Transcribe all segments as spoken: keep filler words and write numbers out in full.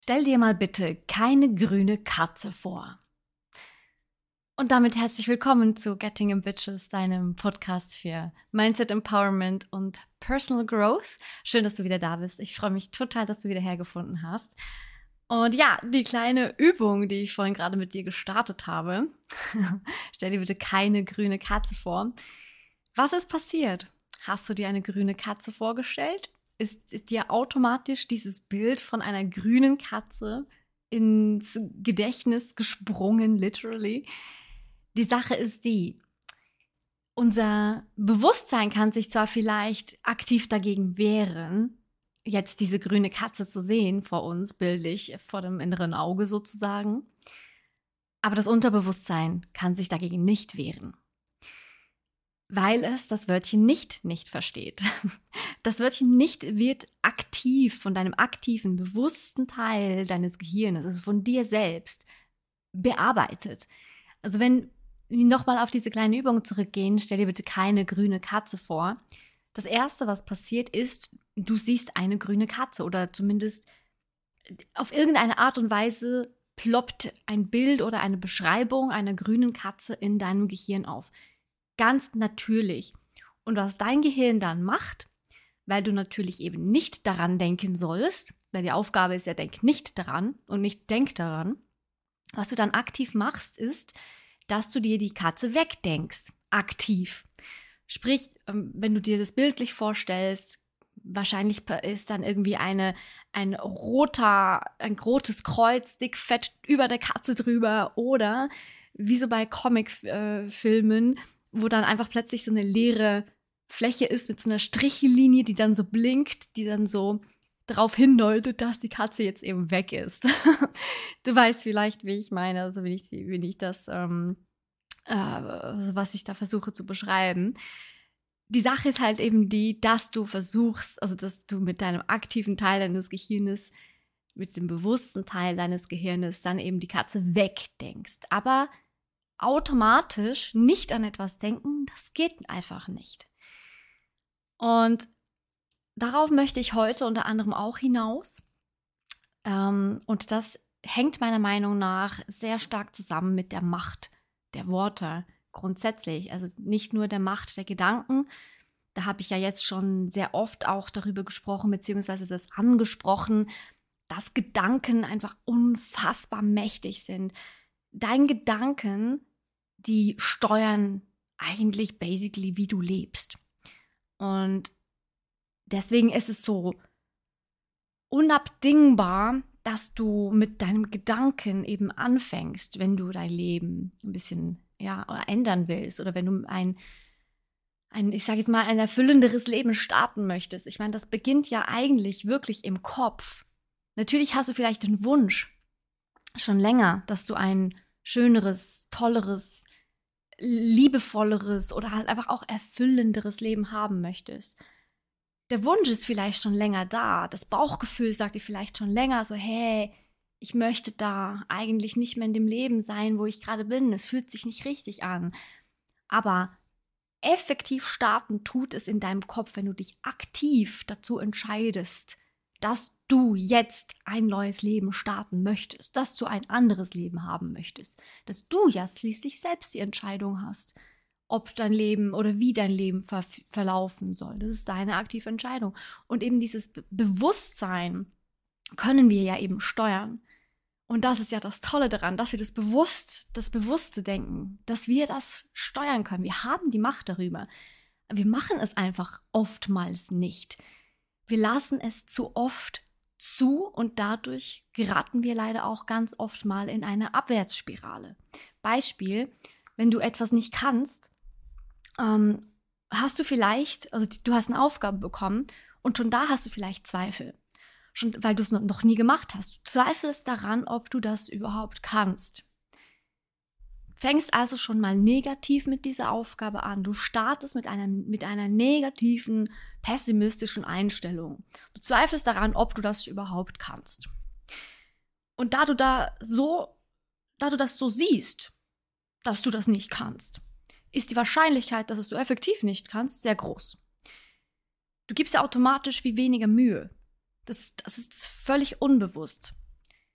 Stell dir mal bitte keine grüne Katze vor. Und damit herzlich willkommen zu Getting Ambitious, deinem Podcast für Mindset Empowerment und Personal Growth. Schön, dass du wieder da bist. Ich freue mich total, dass du wieder hergefunden hast. Und ja, die kleine Übung, die ich vorhin gerade mit dir gestartet habe. Stell dir bitte keine grüne Katze vor. Was ist passiert? Hast du dir eine grüne Katze vorgestellt? Ist, ist dir automatisch dieses Bild von einer grünen Katze ins Gedächtnis gesprungen, literally? Die Sache ist die, unser Bewusstsein kann sich zwar vielleicht aktiv dagegen wehren, jetzt diese grüne Katze zu sehen vor uns, bildlich, vor dem inneren Auge sozusagen, aber das Unterbewusstsein kann sich dagegen nicht wehren. Weil es das Wörtchen nicht nicht versteht. Das Wörtchen nicht wird aktiv von deinem aktiven, bewussten Teil deines Gehirns, also von dir selbst, bearbeitet. Also wenn wir nochmal auf diese kleine Übung zurückgehen, stell dir bitte keine grüne Katze vor. Das Erste, was passiert, ist, du siehst eine grüne Katze oder zumindest auf irgendeine Art und Weise ploppt ein Bild oder eine Beschreibung einer grünen Katze in deinem Gehirn auf. Ganz natürlich. Und was dein Gehirn dann macht, weil du natürlich eben nicht daran denken sollst, weil die Aufgabe ist ja, denk nicht daran und nicht denk daran, was du dann aktiv machst, ist, dass du dir die Katze wegdenkst. Aktiv. Sprich, wenn du dir das bildlich vorstellst, wahrscheinlich ist dann irgendwie eine, ein roter, ein rotes Kreuz, dick, fett über der Katze drüber oder wie so bei Comicfilmen, wo dann einfach plötzlich so eine leere Fläche ist mit so einer Strichlinie, die dann so blinkt, die dann so darauf hindeutet, dass die Katze jetzt eben weg ist. Du weißt vielleicht, wie ich meine, also wie ich, wie ich das, ähm, äh, was ich da versuche zu beschreiben. Die Sache ist halt eben die, dass du versuchst, also dass du mit deinem aktiven Teil deines Gehirnes, mit dem bewussten Teil deines Gehirnes dann eben die Katze wegdenkst. Aber automatisch nicht an etwas denken, das geht einfach nicht. Und darauf möchte ich heute unter anderem auch hinaus. Ähm, und das hängt meiner Meinung nach sehr stark zusammen mit der Macht der Worte grundsätzlich. Also nicht nur der Macht der Gedanken. Da habe ich ja jetzt schon sehr oft auch darüber gesprochen, beziehungsweise das angesprochen, dass Gedanken einfach unfassbar mächtig sind. Dein Gedanken, die steuern eigentlich basically, wie du lebst. Und deswegen ist es so unabdingbar, dass du mit deinem Gedanken eben anfängst, wenn du dein Leben ein bisschen ja, ändern willst oder wenn du ein, ein ich sage jetzt mal, ein erfüllenderes Leben starten möchtest. Ich meine, das beginnt ja eigentlich wirklich im Kopf. Natürlich hast du vielleicht den Wunsch schon länger, dass du ein schöneres, tolleres, liebevolleres oder halt einfach auch erfüllenderes Leben haben möchtest. Der Wunsch ist vielleicht schon länger da. Das Bauchgefühl sagt dir vielleicht schon länger so, hey, ich möchte da eigentlich nicht mehr in dem Leben sein, wo ich gerade bin. Es fühlt sich nicht richtig an. Aber effektiv starten tut es in deinem Kopf, wenn du dich aktiv dazu entscheidest, dass du jetzt ein neues Leben starten möchtest, dass du ein anderes Leben haben möchtest, dass du ja schließlich selbst die Entscheidung hast, ob dein Leben oder wie dein Leben ver- verlaufen soll. Das ist deine aktive Entscheidung. Und eben dieses Be- Bewusstsein können wir ja eben steuern. Und das ist ja das Tolle daran, dass wir das bewusst, das bewusste Denken, dass wir das steuern können. Wir haben die Macht darüber. Wir machen es einfach oftmals nicht. Wir lassen es zu oft zu und dadurch geraten wir leider auch ganz oft mal in eine Abwärtsspirale. Beispiel, wenn du etwas nicht kannst, ähm, hast du vielleicht, also du hast eine Aufgabe bekommen und schon da hast du vielleicht Zweifel, schon, weil du es noch nie gemacht hast. Du zweifelst daran, ob du das überhaupt kannst. Fängst also schon mal negativ mit dieser Aufgabe an. Du startest mit einer, mit einer negativen, pessimistischen Einstellung. Du zweifelst daran, ob du das überhaupt kannst. Und da du da so, da du das so siehst, dass du das nicht kannst, ist die Wahrscheinlichkeit, dass es du effektiv nicht kannst, sehr groß. Du gibst ja automatisch wie weniger Mühe. Das, das ist völlig unbewusst.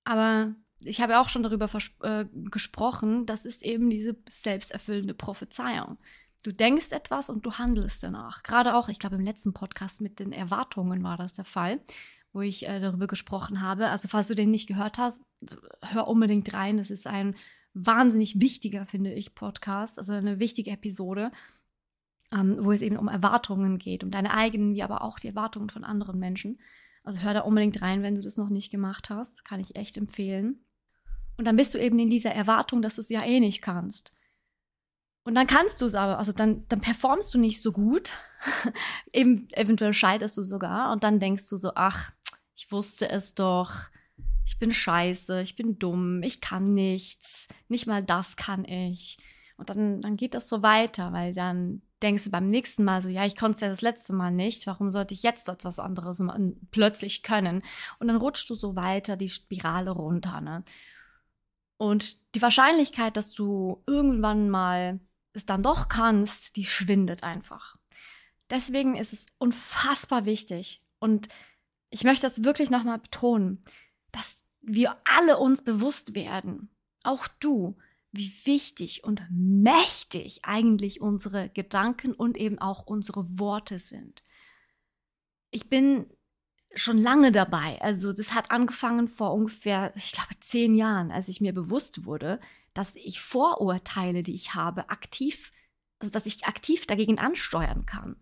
Aber ich habe ja auch schon darüber vers- äh, gesprochen, das ist eben diese selbsterfüllende Prophezeiung. Du denkst etwas und du handelst danach. Gerade auch, ich glaube, im letzten Podcast mit den Erwartungen war das der Fall, wo ich äh, darüber gesprochen habe. Also falls du den nicht gehört hast, hör unbedingt rein. Das ist ein wahnsinnig wichtiger, finde ich, Podcast, also eine wichtige Episode, ähm, wo es eben um Erwartungen geht, um deine eigenen, wie aber auch die Erwartungen von anderen Menschen. Also hör da unbedingt rein, wenn du das noch nicht gemacht hast. Kann ich echt empfehlen. Und dann bist du eben in dieser Erwartung, dass du es ja eh nicht kannst. Und dann kannst du es aber, also dann, dann performst du nicht so gut. Eben, eventuell scheiterst du sogar. Und dann denkst du so, ach, ich wusste es doch. Ich bin scheiße, ich bin dumm, ich kann nichts. Nicht mal das kann ich. Und dann, dann geht das so weiter, weil dann denkst du beim nächsten Mal so, ja, ich konnte es ja das letzte Mal nicht. Warum sollte ich jetzt etwas anderes plötzlich können? Und dann rutschst du so weiter die Spirale runter, ne? Und die Wahrscheinlichkeit, dass du irgendwann mal es dann doch kannst, die schwindet einfach. Deswegen ist es unfassbar wichtig. Und ich möchte das wirklich nochmal betonen, dass wir alle uns bewusst werden, auch du, wie wichtig und mächtig eigentlich unsere Gedanken und eben auch unsere Worte sind. Ich bin schon lange dabei. Also das hat angefangen vor ungefähr, ich glaube, zehn Jahren, als ich mir bewusst wurde, dass ich Vorurteile, die ich habe, aktiv, also dass ich aktiv dagegen ansteuern kann.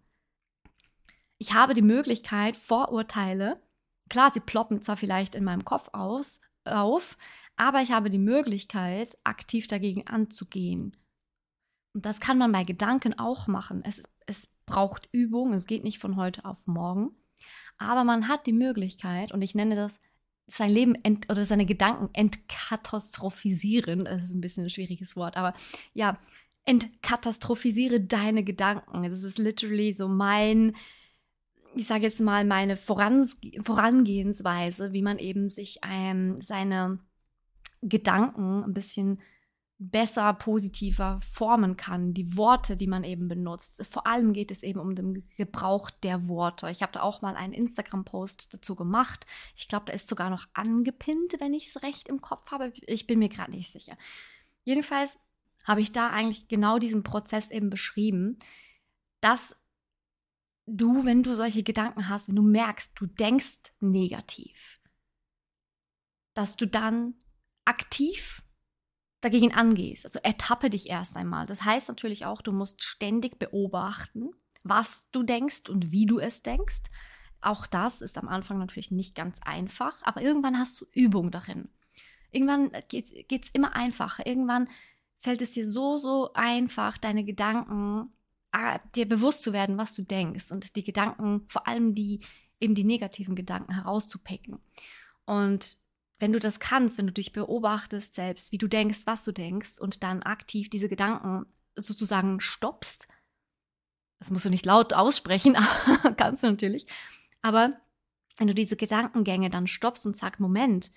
Ich habe die Möglichkeit, Vorurteile, klar, sie ploppen zwar vielleicht in meinem Kopf aus, auf, aber ich habe die Möglichkeit, aktiv dagegen anzugehen. Und das kann man bei Gedanken auch machen. Es, es braucht Übung, es geht nicht von heute auf morgen. Aber man hat die Möglichkeit, und ich nenne das sein Leben ent, oder seine Gedanken entkatastrophisieren. Das ist ein bisschen ein schwieriges Wort, aber ja, entkatastrophisiere deine Gedanken. Das ist literally so mein, ich sage jetzt mal, meine Voran, Vorangehensweise, wie man eben sich ähm, seine Gedanken ein bisschen besser, positiver formen kann, die Worte, die man eben benutzt. Vor allem geht es eben um den Gebrauch der Worte. Ich habe da auch mal einen Instagram-Post dazu gemacht. Ich glaube, da ist sogar noch angepinnt, wenn ich es recht im Kopf habe. Ich bin mir gerade nicht sicher. Jedenfalls habe ich da eigentlich genau diesen Prozess eben beschrieben, dass du, wenn du solche Gedanken hast, wenn du merkst, du denkst negativ, dass du dann aktiv dagegen angehst. Also ertappe dich erst einmal. Das heißt natürlich auch, du musst ständig beobachten, was du denkst und wie du es denkst. Auch das ist am Anfang natürlich nicht ganz einfach, aber irgendwann hast du Übung darin. Irgendwann geht es immer einfacher. Irgendwann fällt es dir so, so einfach, deine Gedanken, äh, dir bewusst zu werden, was du denkst und die Gedanken, vor allem die, eben die negativen Gedanken herauszupicken. Und wenn du das kannst, wenn du dich beobachtest selbst, wie du denkst, was du denkst und dann aktiv diese Gedanken sozusagen stoppst, das musst du nicht laut aussprechen, kannst du natürlich, aber wenn du diese Gedankengänge dann stoppst und sagst, Moment,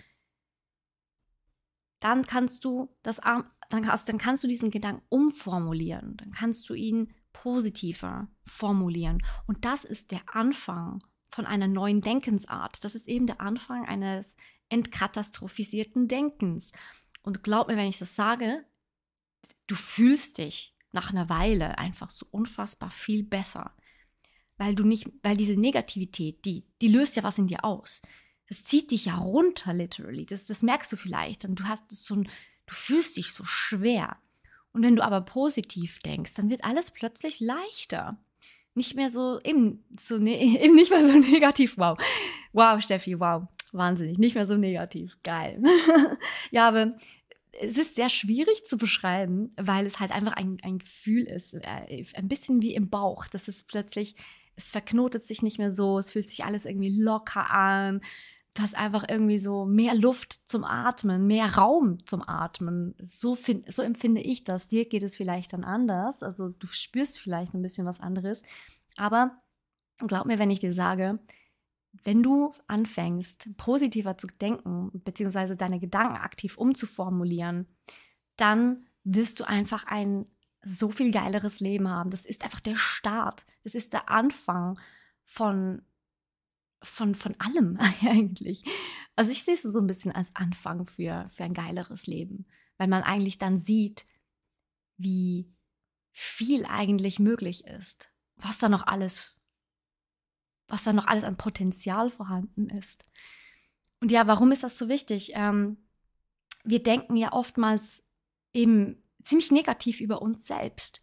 dann kannst du das, dann kannst, dann kannst du diesen Gedanken umformulieren, dann kannst du ihn positiver formulieren. Und das ist der Anfang von einer neuen Denkensart. Das ist eben der Anfang eines entkatastrophisierten Denkens. Und glaub mir, wenn ich das sage, du fühlst dich nach einer Weile einfach so unfassbar viel besser. Weil du nicht, weil diese Negativität, die, die löst ja was in dir aus. Das zieht dich ja runter, literally. Das, das merkst du vielleicht. Und du hast so ein, du fühlst dich so schwer. Und wenn du aber positiv denkst, dann wird alles plötzlich leichter. Nicht mehr so, eben, so ne, eben nicht mehr so negativ. Wow. Wow, Steffi, wow. Wahnsinnig. Nicht mehr so negativ. Geil. Ja, aber es ist sehr schwierig zu beschreiben, weil es halt einfach ein, ein Gefühl ist. Ein bisschen wie im Bauch. Das ist plötzlich, es verknotet sich nicht mehr so. Es fühlt sich alles irgendwie locker an. Du hast einfach irgendwie so mehr Luft zum Atmen, mehr Raum zum Atmen. So, find, so empfinde ich das. Dir geht es vielleicht dann anders. Also du spürst vielleicht ein bisschen was anderes. Aber glaub mir, wenn ich dir sage, wenn du anfängst, positiver zu denken, beziehungsweise deine Gedanken aktiv umzuformulieren, dann wirst du einfach ein so viel geileres Leben haben. Das ist einfach der Start. Das ist der Anfang von von, von allem eigentlich. Also ich sehe es so ein bisschen als Anfang für, für ein geileres Leben, weil man eigentlich dann sieht, wie viel eigentlich möglich ist, was da noch alles, was da noch alles an Potenzial vorhanden ist. Und ja, warum ist das so wichtig? Ähm, wir denken ja oftmals eben ziemlich negativ über uns selbst.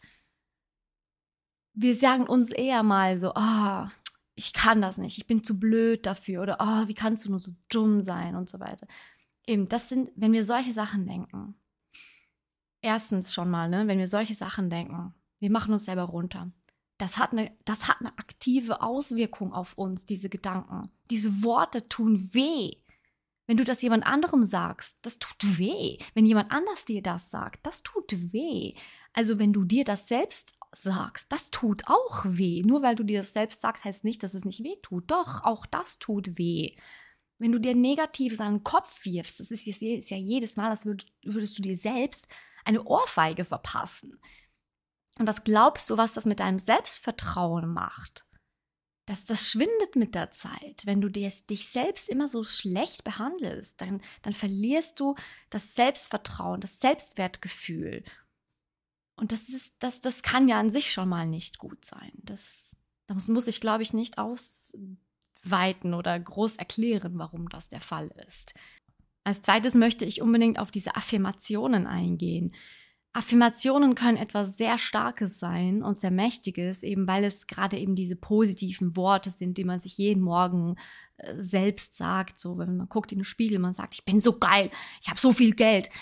Wir sagen uns eher mal so, ah, oh, ich kann das nicht, ich bin zu blöd dafür oder oh, wie kannst du nur so dumm sein und so weiter. Eben, das sind, wenn wir solche Sachen denken, erstens schon mal, ne, wenn wir solche Sachen denken, wir machen uns selber runter. Das hat eine, das hat eine aktive Auswirkung auf uns, diese Gedanken. Diese Worte tun weh. Wenn du das jemand anderem sagst, das tut weh. Wenn jemand anders dir das sagt, das tut weh. Also wenn du dir das selbst sagst, das tut auch weh. Nur weil du dir das selbst sagst, heißt nicht, dass es nicht weh tut. Doch, auch das tut weh. Wenn du dir Negatives an den Kopf wirfst, das ist ja jedes Mal, als würdest du dir selbst eine Ohrfeige verpassen. Und was glaubst du, was das mit deinem Selbstvertrauen macht? Das, das schwindet mit der Zeit. Wenn du dir, dich selbst immer so schlecht behandelst, dann, dann verlierst du das Selbstvertrauen, das Selbstwertgefühl. Und das, ist, das, das kann ja an sich schon mal nicht gut sein. Das, das muss ich, glaube ich, nicht ausweiten oder groß erklären, warum das der Fall ist. Als zweites möchte ich unbedingt auf diese Affirmationen eingehen. Affirmationen können etwas sehr Starkes sein und sehr Mächtiges, eben weil es gerade eben diese positiven Worte sind, die man sich jeden Morgen äh, selbst sagt. So, wenn man guckt in den Spiegel, man sagt, ich bin so geil, ich habe so viel Geld.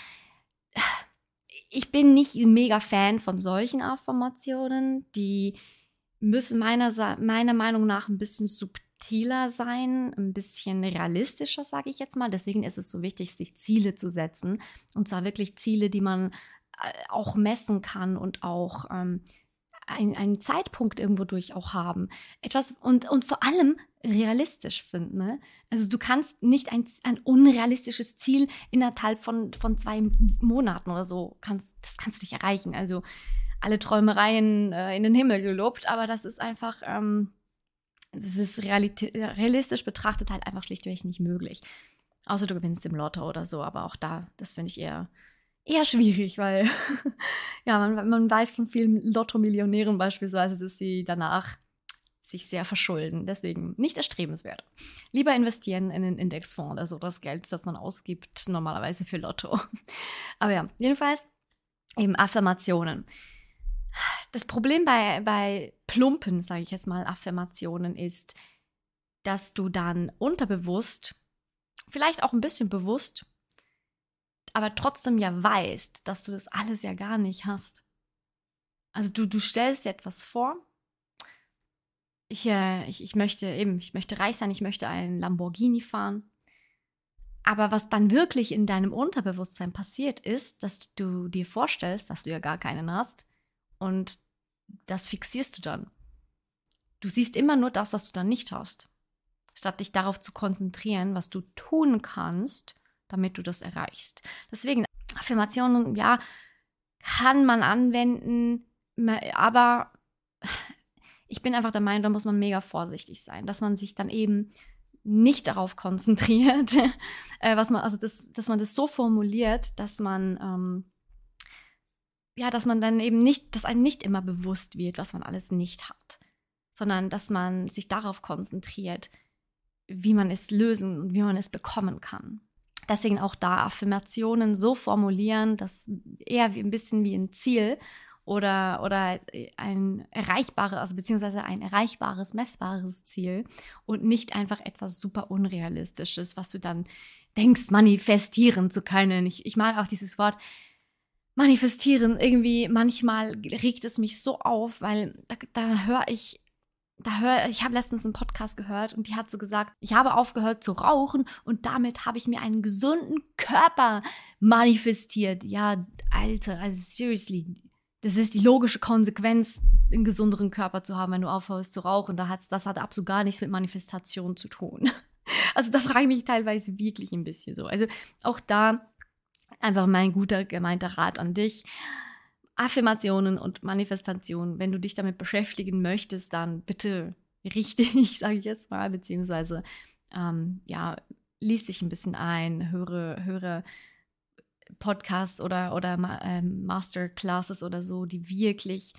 Ich bin nicht ein mega Fan von solchen Affirmationen. Die müssen meiner, meiner Meinung nach ein bisschen subtiler sein, ein bisschen realistischer, sage ich jetzt mal. Deswegen ist es so wichtig, sich Ziele zu setzen. Und zwar wirklich Ziele, die man auch messen kann und auch ähm, ein, einen Zeitpunkt irgendwo durch auch haben. Etwas und, und vor allem realistisch sind. Ne? Also du kannst nicht ein, ein unrealistisches Ziel innerhalb von, von zwei Monaten oder so, kannst, das kannst du nicht erreichen. Also alle Träumereien äh, in den Himmel gelobt, aber das ist einfach, ähm, das ist realistisch betrachtet halt einfach schlichtweg nicht möglich. Außer du gewinnst im Lotto oder so, aber auch da, das finde ich eher Eher schwierig, weil ja, man, man weiß von vielen Lotto-Millionären beispielsweise, dass sie danach sich sehr verschulden. Deswegen nicht erstrebenswert. Lieber investieren in einen Indexfonds oder so, das Geld, das man ausgibt, normalerweise für Lotto. Aber ja, jedenfalls eben Affirmationen. Das Problem bei, bei plumpen, sage ich jetzt mal, Affirmationen ist, dass du dann unterbewusst, vielleicht auch ein bisschen bewusst, aber trotzdem ja weißt, dass du das alles ja gar nicht hast. Also du, du stellst dir etwas vor, ich, äh, ich, ich möchte eben, ich möchte reich sein, ich möchte einen Lamborghini fahren, aber was dann wirklich in deinem Unterbewusstsein passiert ist, dass du dir vorstellst, dass du ja gar keinen hast und das fixierst du dann. Du siehst immer nur das, was du dann nicht hast, statt dich darauf zu konzentrieren, was du tun kannst, damit du das erreichst. Deswegen, Affirmationen, ja, kann man anwenden, aber ich bin einfach der Meinung, da muss man mega vorsichtig sein, dass man sich dann eben nicht darauf konzentriert, äh, was man, also das, dass man das so formuliert, dass man, ähm, ja, dass man dann eben nicht, dass einem nicht immer bewusst wird, was man alles nicht hat, sondern dass man sich darauf konzentriert, wie man es lösen und wie man es bekommen kann. Deswegen auch da Affirmationen so formulieren, dass eher wie ein bisschen wie ein Ziel oder, oder ein erreichbares, also beziehungsweise ein erreichbares, messbares Ziel und nicht einfach etwas super Unrealistisches, was du dann denkst, manifestieren zu können. Ich, ich mag auch dieses Wort manifestieren. Irgendwie manchmal regt es mich so auf, weil da, da höre ich Da hör, ich habe letztens einen Podcast gehört und die hat so gesagt, ich habe aufgehört zu rauchen und damit habe ich mir einen gesunden Körper manifestiert. Ja, Alter, also seriously, das ist die logische Konsequenz, einen gesünderen Körper zu haben, wenn du aufhörst zu rauchen. Da hat's, das hat absolut gar nichts mit Manifestation zu tun. Also da frage ich mich teilweise wirklich ein bisschen so. Also auch da einfach mein guter, gemeinter Rat an dich. Affirmationen und Manifestationen, wenn du dich damit beschäftigen möchtest, dann bitte richtig, sage ich jetzt mal, beziehungsweise ähm, ja, lies dich ein bisschen ein, höre, höre Podcasts oder, oder ähm, Masterclasses oder so, die wirklich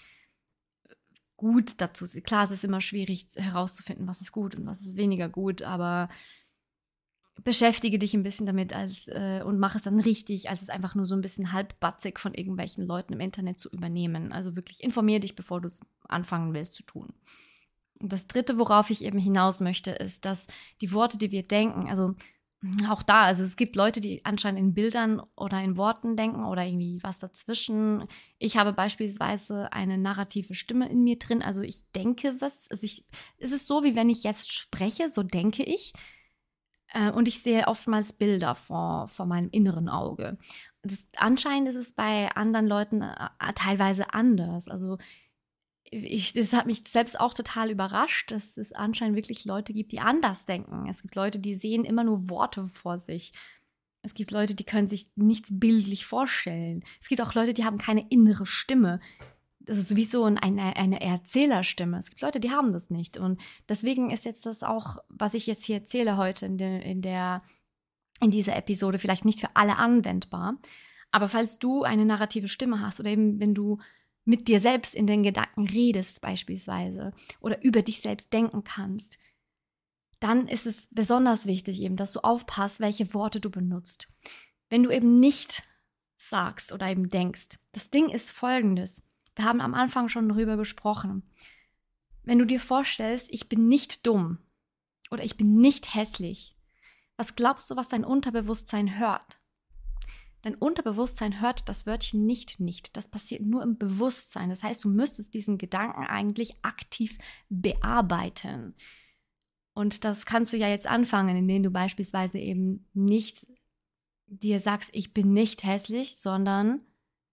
gut dazu sind. Klar, es ist immer schwierig herauszufinden, was ist gut und was ist weniger gut, aber beschäftige dich ein bisschen damit als, äh, und mach es dann richtig, als es einfach nur so ein bisschen halbbatzig von irgendwelchen Leuten im Internet zu übernehmen. Also wirklich informiere dich, bevor du es anfangen willst zu tun. Und das Dritte, worauf ich eben hinaus möchte, ist, dass die Worte, die wir denken, also auch da, also es gibt Leute, die anscheinend in Bildern oder in Worten denken oder irgendwie was dazwischen. Ich habe beispielsweise eine narrative Stimme in mir drin, also ich denke was, also ich, es ist so, wie wenn ich jetzt spreche, so denke ich. Und ich sehe oftmals Bilder vor, vor meinem inneren Auge. Das, anscheinend ist es bei anderen Leuten äh, teilweise anders. Also ich, das hat mich selbst auch total überrascht, dass es anscheinend wirklich Leute gibt, die anders denken. Es gibt Leute, die sehen immer nur Worte vor sich. Es gibt Leute, die können sich nichts bildlich vorstellen. Es gibt auch Leute, die haben keine innere Stimme. Das ist sowieso eine, eine Erzählerstimme. Es gibt Leute, die haben das nicht. Und deswegen ist jetzt das auch, was ich jetzt hier erzähle heute in, de, in, der, in dieser Episode, vielleicht nicht für alle anwendbar. Aber falls du eine narrative Stimme hast oder eben wenn du mit dir selbst in den Gedanken redest beispielsweise oder über dich selbst denken kannst, dann ist es besonders wichtig eben, dass du aufpasst, welche Worte du benutzt. Wenn du eben nicht sagst oder eben denkst, das Ding ist folgendes. Wir haben am Anfang schon darüber gesprochen. Wenn du dir vorstellst, ich bin nicht dumm oder ich bin nicht hässlich, was glaubst du, was dein Unterbewusstsein hört? Dein Unterbewusstsein hört das Wörtchen nicht nicht. Das passiert nur im Bewusstsein. Das heißt, du müsstest diesen Gedanken eigentlich aktiv bearbeiten. Und das kannst du ja jetzt anfangen, indem du beispielsweise eben nicht dir sagst, ich bin nicht hässlich, sondern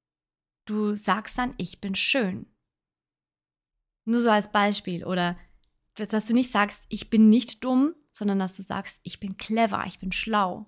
du sagst dann, ich bin schön. Nur so als Beispiel. Oder dass du nicht sagst, ich bin nicht dumm, sondern dass du sagst, ich bin clever, ich bin schlau.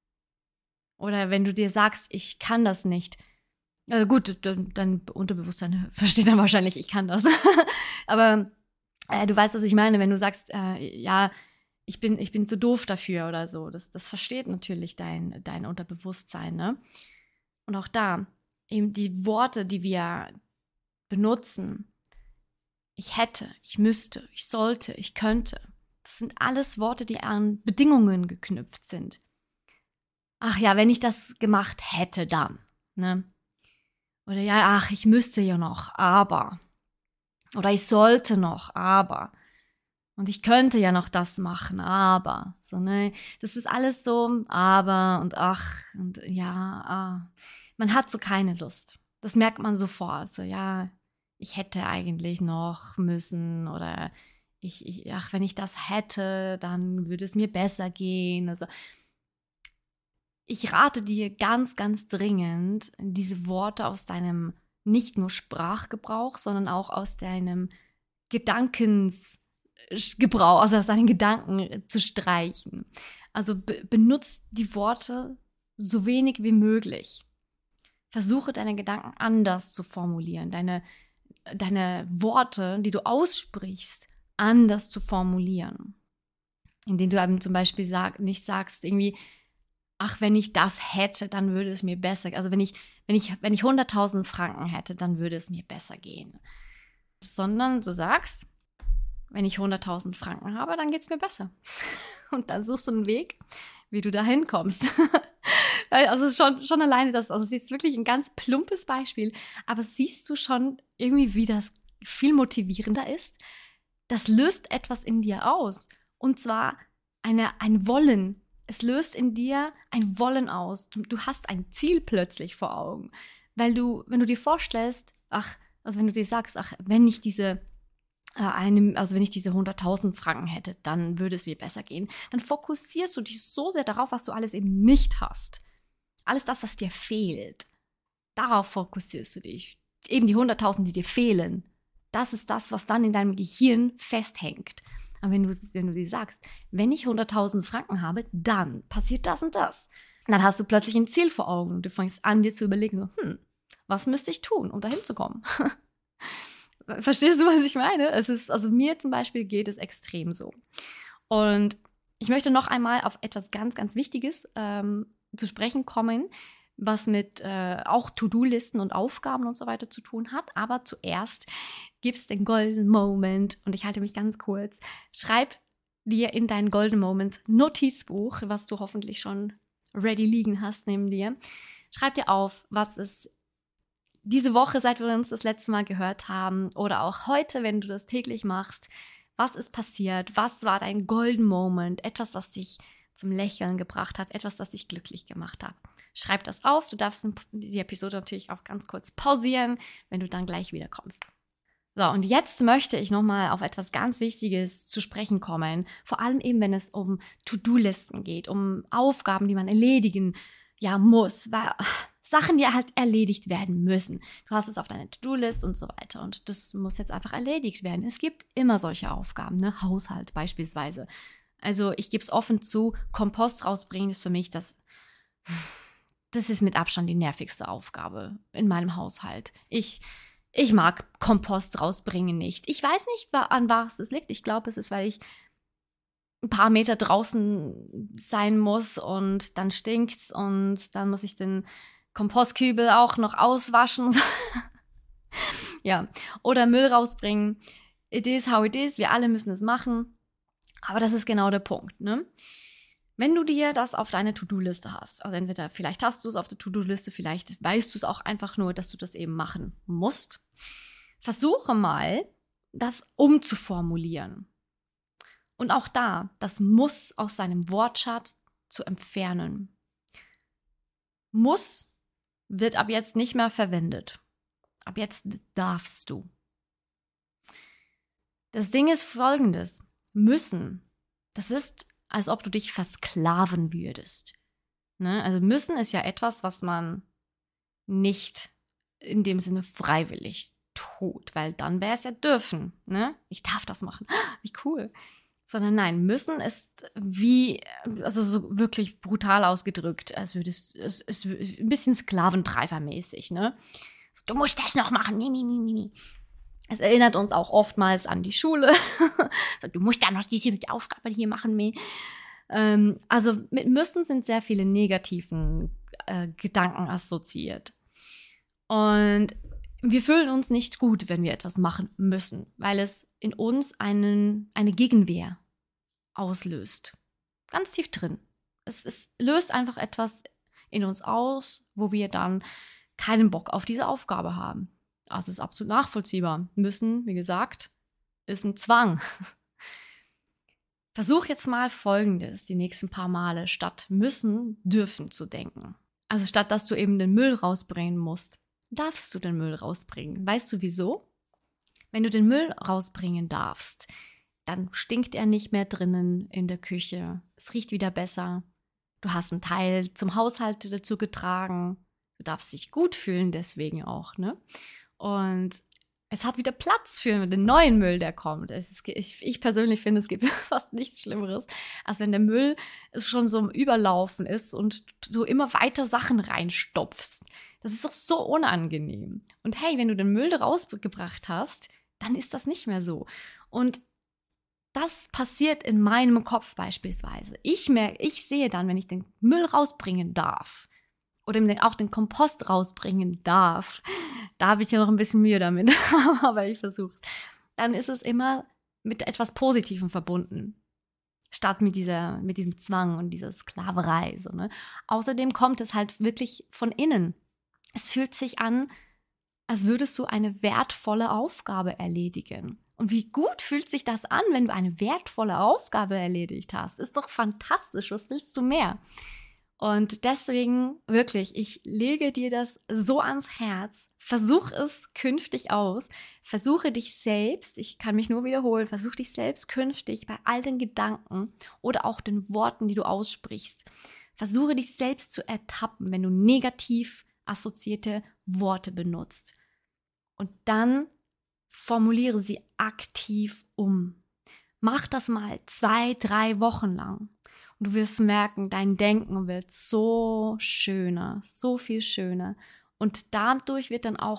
Oder wenn du dir sagst, ich kann das nicht. Also gut, dein, dein Unterbewusstsein versteht dann wahrscheinlich, ich kann das. Aber äh, du weißt, was ich meine, wenn du sagst, äh, ja, ich bin, ich bin zu doof dafür oder so. Das, das versteht natürlich dein, dein Unterbewusstsein, ne? Und auch da, eben die Worte, die wir benutzen, ich hätte, ich müsste, ich sollte, ich könnte, das sind alles Worte, die an Bedingungen geknüpft sind. Ach ja, wenn ich das gemacht hätte, dann, ne? Oder ja, ach, ich müsste ja noch, aber. Oder ich sollte noch, aber. Und ich könnte ja noch das machen, aber. So, ne? Das ist alles so, aber und ach und ja, ah. Man hat so keine Lust. Das merkt man sofort. So, ja, ich hätte eigentlich noch müssen oder ich, ich, ach, wenn ich das hätte, dann würde es mir besser gehen. Also, ich rate dir ganz, ganz dringend, diese Worte aus deinem nicht nur Sprachgebrauch, sondern auch aus deinem Gedankensgebrauch, also aus deinen Gedanken zu streichen. Also be- benutzt die Worte so wenig wie möglich. Versuche deine Gedanken anders zu formulieren, deine, deine Worte, die du aussprichst, anders zu formulieren. Indem du eben zum Beispiel sag, nicht sagst, irgendwie, ach, wenn ich das hätte, dann würde es mir besser gehen. Also wenn ich, wenn ich, wenn ich hunderttausend Franken hätte, dann würde es mir besser gehen. Sondern du sagst, wenn ich hunderttausend Franken habe, dann geht es mir besser. Und dann suchst du einen Weg, wie du da hinkommst. Also schon, schon alleine das, also es ist jetzt wirklich ein ganz plumpes Beispiel, aber siehst du schon irgendwie, wie das viel motivierender ist? Das löst etwas in dir aus. Und zwar eine, ein Wollen. Es löst in dir ein Wollen aus. Du, du hast ein Ziel plötzlich vor Augen. Weil du, wenn du dir vorstellst, ach, also wenn du dir sagst, ach, wenn ich diese, äh, eine, also wenn ich diese hunderttausend Franken hätte, dann würde es mir besser gehen. Dann fokussierst du dich so sehr darauf, was du alles eben nicht hast. Alles das, was dir fehlt. Darauf fokussierst du dich. Eben die hunderttausend, die dir fehlen. Das ist das, was dann in deinem Gehirn festhängt. Aber wenn du, wenn du dir sagst, wenn ich hunderttausend Franken habe, dann passiert das und das. Dann hast du plötzlich ein Ziel vor Augen und du fängst an, dir zu überlegen, so, hm, was müsste ich tun, um dahin zu kommen? verstehst du, was ich meine? Es ist, also mir zum Beispiel geht es extrem so. Und ich möchte noch einmal auf etwas ganz, ganz Wichtiges ähm, zu sprechen kommen, was mit äh, auch To-Do-Listen und Aufgaben und so weiter zu tun hat. Aber zuerst gibt es den Golden Moment und ich halte mich ganz kurz. Schreib dir in dein Golden Moment Notizbuch, was du hoffentlich schon ready liegen hast neben dir. Schreib dir auf, was es diese Woche, seit wir uns das letzte Mal gehört haben oder auch heute, wenn du das täglich machst, was ist passiert? Was war dein Golden Moment? Etwas, was dich zum Lächeln gebracht hat, etwas, das dich glücklich gemacht hat. Schreib das auf. Du darfst die Episode natürlich auch ganz kurz pausieren, wenn du dann gleich wiederkommst. So, und jetzt möchte ich nochmal auf etwas ganz Wichtiges zu sprechen kommen. Vor allem eben, wenn es um To-Do-Listen geht, um Aufgaben, die man erledigen ja muss, weil Sachen, die halt erledigt werden müssen. Du hast es auf deiner To-Do-List und so weiter und das muss jetzt einfach erledigt werden. Es gibt immer solche Aufgaben, ne? Haushalt beispielsweise. Also ich gebe es offen zu, Kompost rausbringen ist für mich das, das ist mit Abstand die nervigste Aufgabe in meinem Haushalt. Ich, ich mag Kompost rausbringen nicht. Ich weiß nicht, an was es liegt. Ich glaube, es ist, weil ich ein paar Meter draußen sein muss und dann stinkt's und dann muss ich den Kompostkübel auch noch auswaschen. Ja, oder Müll rausbringen. It is how it is. Wir alle müssen es machen. Aber das ist genau der Punkt, ne? Wenn du dir das auf deine To-Do-Liste hast, also entweder vielleicht hast du es auf der To-Do-Liste, vielleicht weißt du es auch einfach nur, dass du das eben machen musst. Versuche mal, das umzuformulieren. Und auch da, das Muss aus seinem Wortschatz zu entfernen. Muss wird ab jetzt nicht mehr verwendet. Ab jetzt darfst du. Das Ding ist folgendes. Müssen, das ist, als ob du dich versklaven würdest. Ne? Also müssen ist ja etwas, was man nicht in dem Sinne freiwillig tut, weil dann wäre es ja dürfen. Ne? Ich darf das machen. Wie cool. Sondern nein, müssen ist wie, also so wirklich brutal ausgedrückt, als würde es, es ist ein bisschen Sklaventreibermäßig, ne? Du musst das noch machen, mi, mi, mi, mi. Es erinnert uns auch oftmals an die Schule. Du musst da noch diese Aufgabe hier machen, mi. Ähm, also mit müssen sind sehr viele negativen äh, Gedanken assoziiert. Und wir fühlen uns nicht gut, wenn wir etwas machen müssen, weil es in uns einen, eine Gegenwehr auslöst. Ganz tief drin. Es, es löst einfach etwas in uns aus, wo wir dann keinen Bock auf diese Aufgabe haben. Das ist absolut nachvollziehbar. Müssen, wie gesagt, ist ein Zwang. Versuch jetzt mal Folgendes die nächsten paar Male, statt müssen, dürfen zu denken. Also statt, dass du eben den Müll rausbringen musst, darfst du den Müll rausbringen. Weißt du wieso? Wenn du den Müll rausbringen darfst, dann stinkt er nicht mehr drinnen in der Küche. Es riecht wieder besser. Du hast einen Teil zum Haushalt dazu getragen. Du darfst dich gut fühlen deswegen auch, ne? Und es hat wieder Platz für den neuen Müll, der kommt. Es ist, ich, ich persönlich finde, es gibt fast nichts Schlimmeres, als wenn der Müll schon so im Überlaufen ist und du immer weiter Sachen reinstopfst. Das ist doch so unangenehm. Und hey, wenn du den Müll rausgebracht hast, dann ist das nicht mehr so. Und das passiert in meinem Kopf beispielsweise. Ich merke, ich sehe dann, wenn ich den Müll rausbringen darf oder auch den Kompost rausbringen darf, da habe ich ja noch ein bisschen Mühe damit, aber ich versuche. Dann ist es immer mit etwas Positivem verbunden, statt mit dieser, mit diesem Zwang und dieser Sklaverei. So, ne? Außerdem kommt es halt wirklich von innen. Es fühlt sich an, als würdest du eine wertvolle Aufgabe erledigen. Und wie gut fühlt sich das an, wenn du eine wertvolle Aufgabe erledigt hast? Ist doch fantastisch. Was willst du mehr? Und deswegen wirklich, ich lege dir das so ans Herz. Versuch es künftig aus. Versuche dich selbst, ich kann mich nur wiederholen, versuch dich selbst künftig bei all den Gedanken oder auch den Worten, die du aussprichst. Versuche dich selbst zu ertappen, wenn du negativ assoziierte Worte benutzt. Und dann formuliere sie aktiv um. Mach das mal zwei, drei Wochen lang. Und du wirst merken, dein Denken wird so schöner, so viel schöner. Und dadurch wird dann auch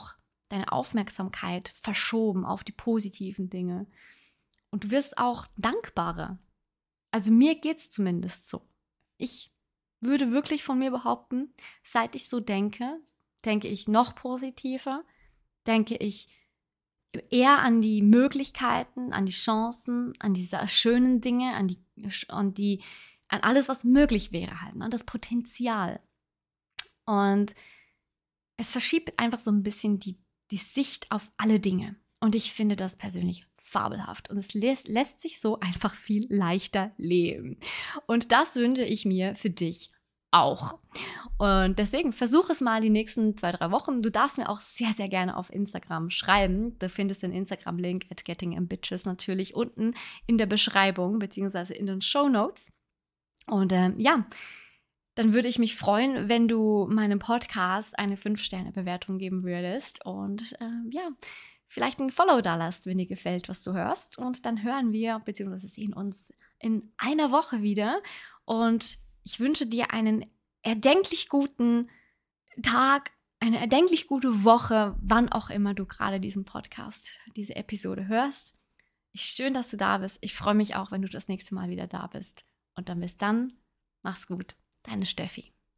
deine Aufmerksamkeit verschoben auf die positiven Dinge. Und du wirst auch dankbarer. Also mir geht es zumindest so. Ich würde wirklich von mir behaupten, seit ich so denke, denke ich noch positiver, denke ich eher an die Möglichkeiten, an die Chancen, an diese schönen Dinge, an die, an die, an alles, was möglich wäre halt, ne? Das Potenzial. Und es verschiebt einfach so ein bisschen die, die Sicht auf alle Dinge. Und ich finde das persönlich fabelhaft. Und es lässt, lässt sich so einfach viel leichter leben. Und das wünsche ich mir für dich auch. Und deswegen versuch es mal die nächsten zwei, drei Wochen. Du darfst mir auch sehr, sehr gerne auf Instagram schreiben. Du findest den Instagram-Link at gettingambitches natürlich unten in der Beschreibung beziehungsweise in den Shownotes. Und ähm, ja, dann würde ich mich freuen, wenn du meinem Podcast eine fünf Sterne Bewertung geben würdest und äh, ja, vielleicht ein Follow da lässt, wenn dir gefällt, was du hörst. Und dann hören wir bzw. sehen uns in einer Woche wieder. Und ich wünsche dir einen erdenklich guten Tag, eine erdenklich gute Woche, wann auch immer du gerade diesen Podcast, diese Episode hörst. Schön, dass du da bist. Ich freue mich auch, wenn du das nächste Mal wieder da bist. Und dann bis dann, mach's gut. Deine Steffi.